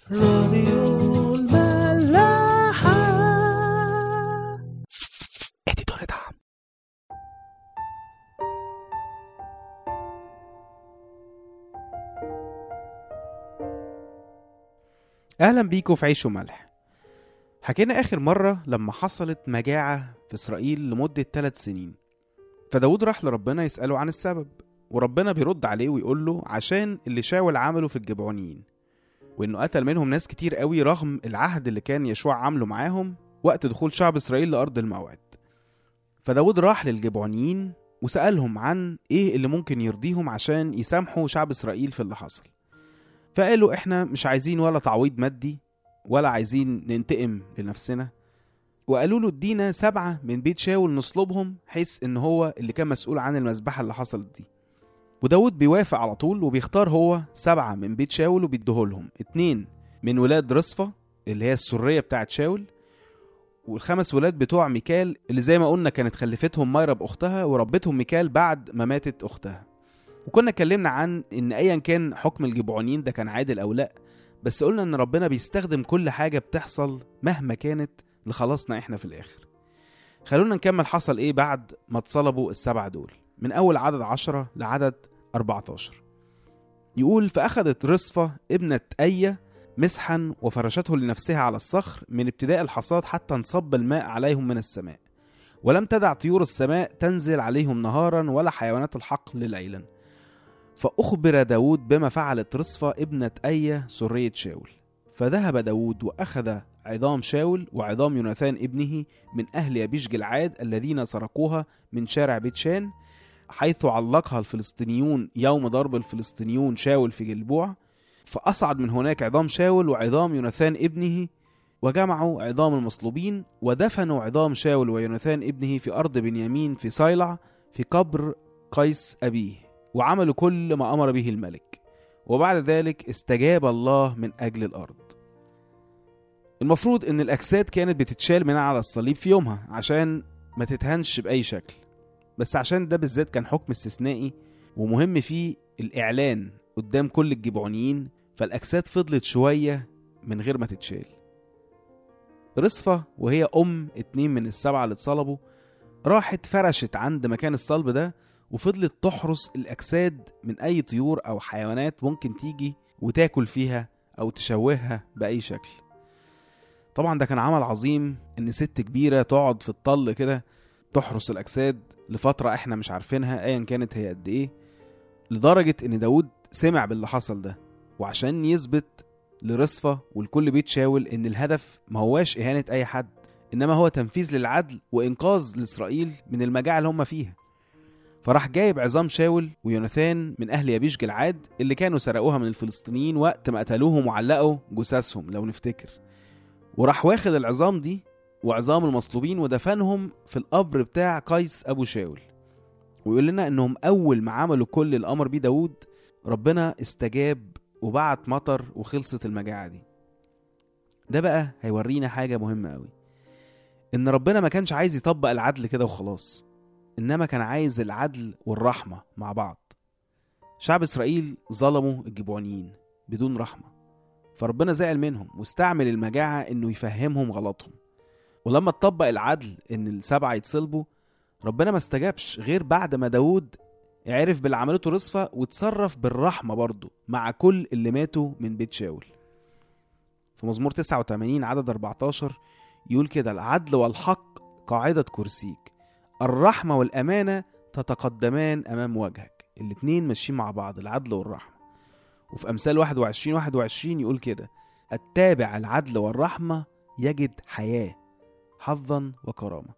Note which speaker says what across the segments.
Speaker 1: راديو الملاحة.
Speaker 2: اديتور دعم. اهلا بيكم في عيش وملح. حكينا اخر مرة لما حصلت مجاعة في اسرائيل لمدة 3 سنين، فداود راح لربنا يسأله عن السبب، وربنا بيرد عليه ويقول له عشان اللي شاول عمله في الجبعونيين، وانه قتل منهم ناس كتير قوي رغم العهد اللي كان يشوع عامله معاهم وقت دخول شعب اسرائيل لارض الموعد. فداود راح للجبعونيين وسألهم عن ايه اللي ممكن يرضيهم عشان يسامحوا شعب اسرائيل في اللي حصل. فقالوا احنا مش عايزين ولا تعويض مادي ولا عايزين ننتقم لنفسنا، وقالوا له ادينا 7 من بيت شاول نصلبهم، حيث ان هو اللي كان مسؤول عن المذبحة اللي حصلت دي. وداود بيوافق على طول وبيختار هو 7 من بيت شاول وبيديهولهم، 2 من ولاد رصفة اللي هي السرية بتاعت شاول، وال5 ولاد بتوع ميكال اللي زي ما قلنا كانت خلفتهم مايرا بأختها وربتهم ميكال بعد ما ماتت أختها. وكنا اتكلمنا عن ان ايا كان حكم الجبعونيين ده كان عادل او لا، بس قلنا ان ربنا بيستخدم كل حاجة بتحصل مهما كانت لخلاصنا احنا في الاخر. خلونا نكمل حصل ايه بعد ما اتصلبوا ال7 دول من اول عدد 10 لعدد 14. يقول فأخذت رصفة ابنة أية مسحا وفرشته لنفسها على الصخر من ابتداء الحصاد حتى انصب الماء عليهم من السماء، ولم تدع طيور السماء تنزل عليهم نهارا ولا حيوانات الحقل ليلا. فأخبر داود بما فعلت رصفة ابنة أية سرية شاول. فذهب داود وأخذ عظام شاول وعظام يوناثان ابنه من أهل يبيش جلعاد الذين سرقوها من شارع بيت شان، حيث علقها الفلسطينيون يوم ضرب الفلسطينيون شاول في جلبوع. فأصعد من هناك عظام شاول وعظام يوناثان ابنه، وجمعوا عظام المصلوبين ودفنوا عظام شاول ويوناثان ابنه في أرض بنيامين في صيلع في قبر قيس أبيه، وعملوا كل ما أمر به الملك. وبعد ذلك استجاب الله من أجل الأرض. المفروض إن الأجساد كانت بتتشال من على الصليب في يومها عشان ما تتهنش بأي شكل، بس عشان ده بالذات كان حكم استثنائي ومهم فيه الإعلان قدام كل الجبعونيين، فالأجساد فضلت شوية من غير ما تتشال. رصفة وهي 2 من ال7 اللي اتصلبوا راحت فرشت عند مكان الصلب ده، وفضلت تحرس الأجساد من أي طيور أو حيوانات ممكن تيجي وتاكل فيها أو تشوهها بأي شكل. طبعا ده كان عمل عظيم إن ست كبيرة تقعد في الطل كده تحرس الأجساد لفترة احنا مش عارفينها ايا كانت هي قد ايه، لدرجة ان داود سمع باللي حصل ده، وعشان يثبت لرصفة والكل بيت شاول ان الهدف ما هواش اهانة اي حد، انما هو تنفيذ للعدل وانقاذ لإسرائيل من المجاعة اللي هم فيها. فراح جايب عظام شاول ويوناثان من اهل يبيش جلعاد اللي كانوا سرقوها من الفلسطينيين وقت ما قتلوهم وعلقوا جثثهم لو نفتكر، وراح واخد العظام دي وعظام المصلوبين ودفنهم في القبر بتاع قيس أبو شاول. ويقول لنا انهم اول ما عملوا كل الامر بيه داود ربنا استجاب وبعت مطر وخلصت المجاعة دي. ده بقى هيورينا حاجة مهمة قوي، ان ربنا ما كانش عايز يطبق العدل كده وخلاص، انما كان عايز العدل والرحمة مع بعض. شعب اسرائيل ظلموا الجبعونيين بدون رحمة، فربنا زعل منهم واستعمل المجاعة انه يفهمهم غلطهم. ولما اتطبق العدل ان ال7 يتصلبوا، ربنا ما استجابش غير بعد ما داود عرف باللي عملته رصفة وتصرف بالرحمة برضو مع كل اللي ماتوا من بيت شاول. في مزمور 89 عدد 14 يقول كده العدل والحق قاعدة كرسيك، الرحمة والأمانة تتقدمان أمام وجهك. الاتنين ماشيين مع بعض، العدل والرحمة. وفي أمثال 21 يقول كده التابع العدل والرحمة يجد حياة حظا وكرامة.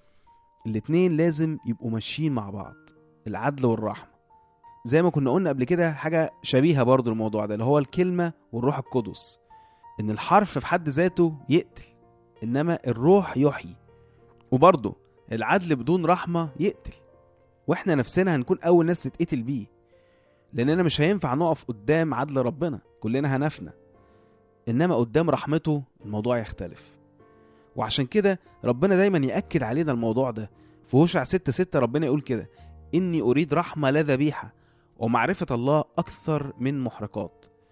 Speaker 2: الاتنين لازم يبقوا ماشيين مع بعض، العدل والرحمة. زي ما كنا قلنا قبل كده حاجة شبيهة برضو الموضوع ده اللي هو الكلمة والروح القدس، ان الحرف في حد ذاته يقتل انما الروح يحيي، وبرضو العدل بدون رحمة يقتل، واحنا نفسنا هنكون اول ناس تتقتل بيه، لاننا مش هينفع نقف قدام عدل ربنا، كلنا هنفنى، انما قدام رحمته الموضوع يختلف. وعشان كده ربنا دايما يأكد علينا الموضوع ده. في هوشع 6:6 ربنا يقول كده إني أريد رحمة لا ذبيحة ومعرفة الله أكثر من محرقات.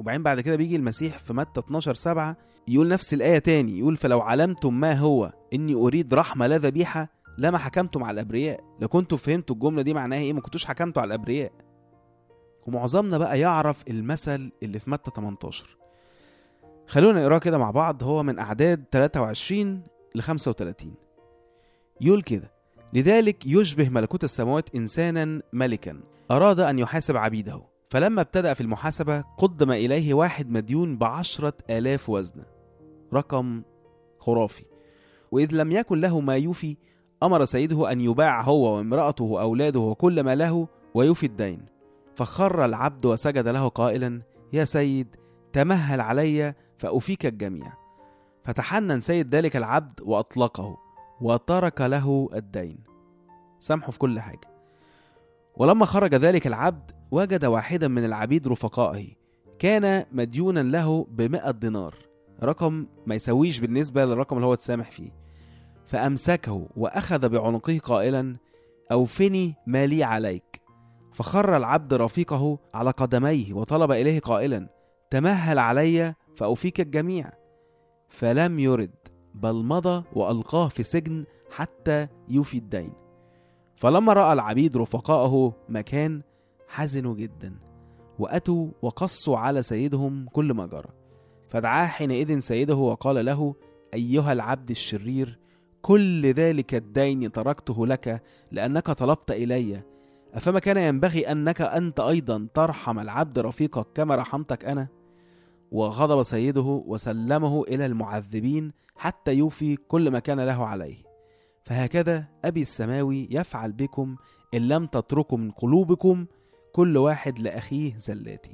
Speaker 2: وبعدين بعد كده بيجي المسيح في متى 12:7 يقول نفس الآية تاني، يقول فلو علمتم ما هو إني أريد رحمة لا ذبيحة لما حكمتم على الأبرياء. لو كنتوا فهمتوا الجملة دي معناها إيه، ما كنتوش حكمتوا على الأبرياء. ومعظمنا بقى يعرف المثل اللي في متى 18. خلونا نقراه كده مع بعض. هو من أعداد 23 ل 35. يقول كده: لذلك يشبه ملكوت السماوات إنسانا ملكا أراد أن يحاسب عبيده، فلما ابتدأ في المحاسبة قدم إليه واحد مديون ب10,000 وزنة، رقم خرافي. وإذ لم يكن له ما يوفي أمر سيده أن يباع هو وامرأته وأولاده وكل ما له ويوفي الدين. فخر العبد وسجد له قائلا: يا سيد تمهل علي فأوفيك الجميع. فتحنن سيد ذلك العبد وأطلقه وترك له الدين، سامحه في كل حاجة. ولما خرج ذلك العبد وجد واحدا من العبيد رفقائه كان مديونا له ب100 دينار، رقم ما يسويش بالنسبة للرقم اللي هو تسامح فيه. فأمسكه وأخذ بعنقه قائلا: أوفني ما لي عليك. فخر العبد رفيقه على قدميه وطلب إليه قائلا: تمهل علي فأوفيك الجميع. فلم يرد، بل مضى وألقاه في سجن حتى يوفي الدين. فلما رأى العبيد رفقائه مكان حزنوا جدا، وأتوا وقصوا على سيدهم كل ما جرى. فدعاه حينئذ سيده وقال له: أيها العبد الشرير، كل ذلك الدين تركته لك لأنك طلبت إلي، أفما كان ينبغي أنك أنت أيضا ترحم العبد رفيقك كما رحمتك أنا؟ وغضب سيده وسلمه إلى المعذبين حتى يوفي كل ما كان له عليه. فهكذا أبي السماوي يفعل بكم إن لم تتركوا من قلوبكم كل واحد لأخيه زلاتي.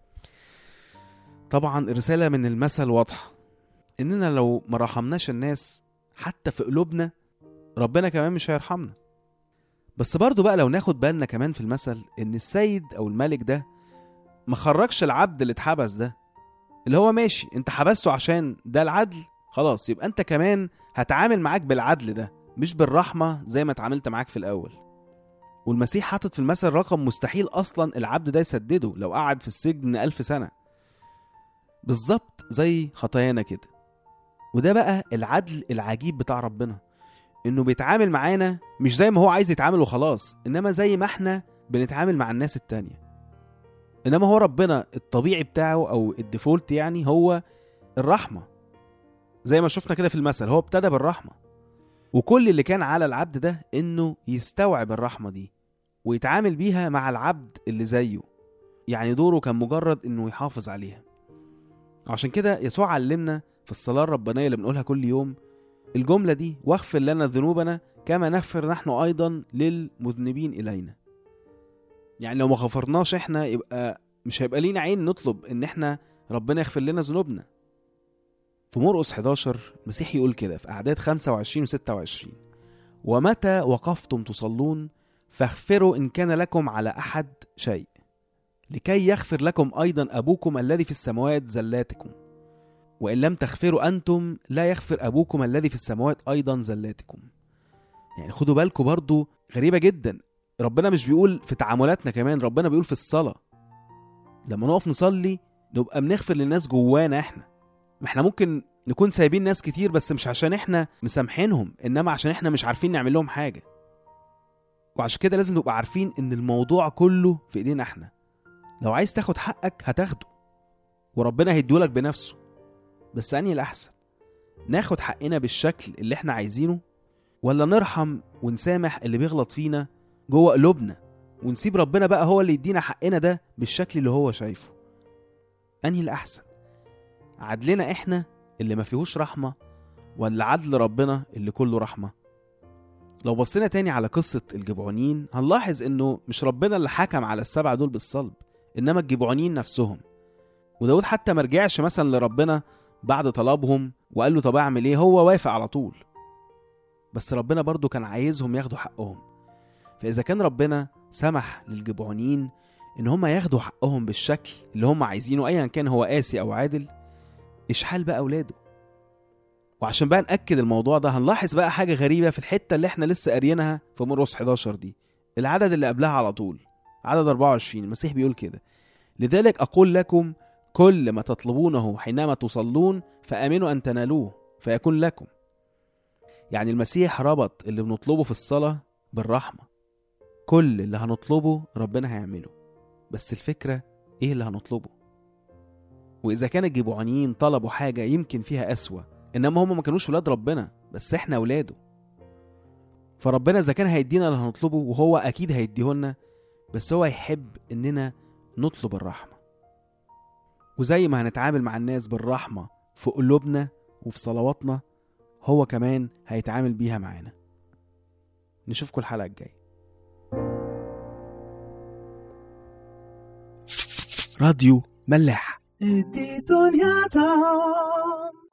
Speaker 2: طبعا الرسالة من المثل واضحة، إننا لو ما رحمناش الناس حتى في قلوبنا ربنا كمان مش هيرحمنا. بس برضو بقى لو ناخد بالنا كمان في المثل إن السيد أو الملك ده ما خرجش العبد اللي اتحبس ده، اللي هو ماشي انت حبسته عشان ده العدل، خلاص يبقى انت كمان هتعامل معاك بالعدل ده مش بالرحمة زي ما اتعاملت معاك في الأول. والمسيح حاطط في المثل رقم مستحيل أصلا العبد ده يسدده لو قعد في السجن 1000 سنة، بالظبط زي خطايانا كده. وده بقى العدل العجيب بتاع ربنا، انه بيتعامل معانا مش زي ما هو عايز يتعامل وخلاص، انما زي ما احنا بنتعامل مع الناس التانية. انما هو ربنا الطبيعي بتاعه او الديفولت يعني هو الرحمة، زي ما شفنا كده في المثل هو ابتدى بالرحمة، وكل اللي كان على العبد ده انه يستوعب الرحمة دي ويتعامل بيها مع العبد اللي زيه، يعني دوره كان مجرد انه يحافظ عليها. عشان كده يسوع علمنا في الصلاة الربانية اللي بنقولها كل يوم الجملة دي: واغفر لنا ذنوبنا كما نغفر نحن أيضا للمذنبين إلينا. يعني لو ما غفرناش احنا يبقى مش هيبقى لينا عين نطلب ان احنا ربنا يغفر لنا ذنوبنا. في مرقس 11 المسيح يقول كده في أعداد 25 و26: ومتى وقفتم تصلون فاغفروا إن كان لكم على أحد شيء، لكي يغفر لكم أيضا أبوكم الذي في السماوات زلاتكم، وإن لم تغفروا أنتم لا يغفر أبوكم الذي في السماوات أيضا زلاتكم. يعني خدوا بالكم برضو غريبة جدا، ربنا مش بيقول في تعاملاتنا كمان، ربنا بيقول في الصلاة. لما نقف نصلي نبقى بنغفر للناس جوانا احنا. ما احنا ممكن نكون سايبين ناس كتير بس مش عشان احنا مسامحينهم، انما عشان احنا مش عارفين نعمل لهم حاجة. وعشان كده لازم نبقى عارفين ان الموضوع كله في ايدينا احنا. لو عايز تاخد حقك هتاخده وربنا هيديهولك بنفسه، بس أنهي الأحسن؟ ناخد حقنا بالشكل اللي احنا عايزينه، ولا نرحم ونسامح اللي بيغلط فينا جوه قلوبنا ونسيب ربنا بقى هو اللي يدينا حقنا ده بالشكل اللي هو شايفه؟ أنهي الأحسن؟ عدلنا احنا اللي ما فيهوش رحمة، ولا عدل ربنا اللي كله رحمة؟ لو بصينا تاني على قصة الجبعونيين هنلاحظ انه مش ربنا اللي حكم على ال7 دول بالصلب، انما الجبعونيين نفسهم. وداود حتى مرجعش مثلا لربنا بعد طلبهم وقال له طب اعمل ايه، هو وافق على طول. بس ربنا برضو كان عايزهم ياخدوا حقهم. فاذا كان ربنا سمح للجبعونيين ان هم ياخدوا حقهم بالشكل اللي هم عايزينه ايا كان هو قاسي او عادل، ايش حال بقى اولاده؟ وعشان بقى نأكد الموضوع ده هنلاحظ بقى حاجة غريبة في الحتة اللي احنا لسه قارينها في مرقس 11 دي، العدد اللي قبلها على طول، عدد 24. المسيح بيقول كده: لذلك أقول لكم كل ما تطلبونه حينما تصلون فآمنوا أن تنالوه فيكون لكم. يعني المسيح ربط اللي بنطلبه في الصلاة بالرحمة. كل اللي هنطلبه ربنا هيعمله، بس الفكرة إيه اللي هنطلبه. وإذا كان الجبعانيين طلبوا حاجة يمكن فيها أسوأ، إنما هم ما كانوش ولاد ربنا، بس إحنا ولاده. فربنا إذا كان هيدينا اللي هنطلبه، وهو أكيد هيديهولنا، بس هو يحب إننا نطلب الرحمة. وزي ما هنتعامل مع الناس بالرحمة في قلوبنا وفي صلواتنا، هو كمان هيتعامل بيها معانا. نشوفكم الحلقة الجاية.
Speaker 1: راديو ملاح. دي دنيا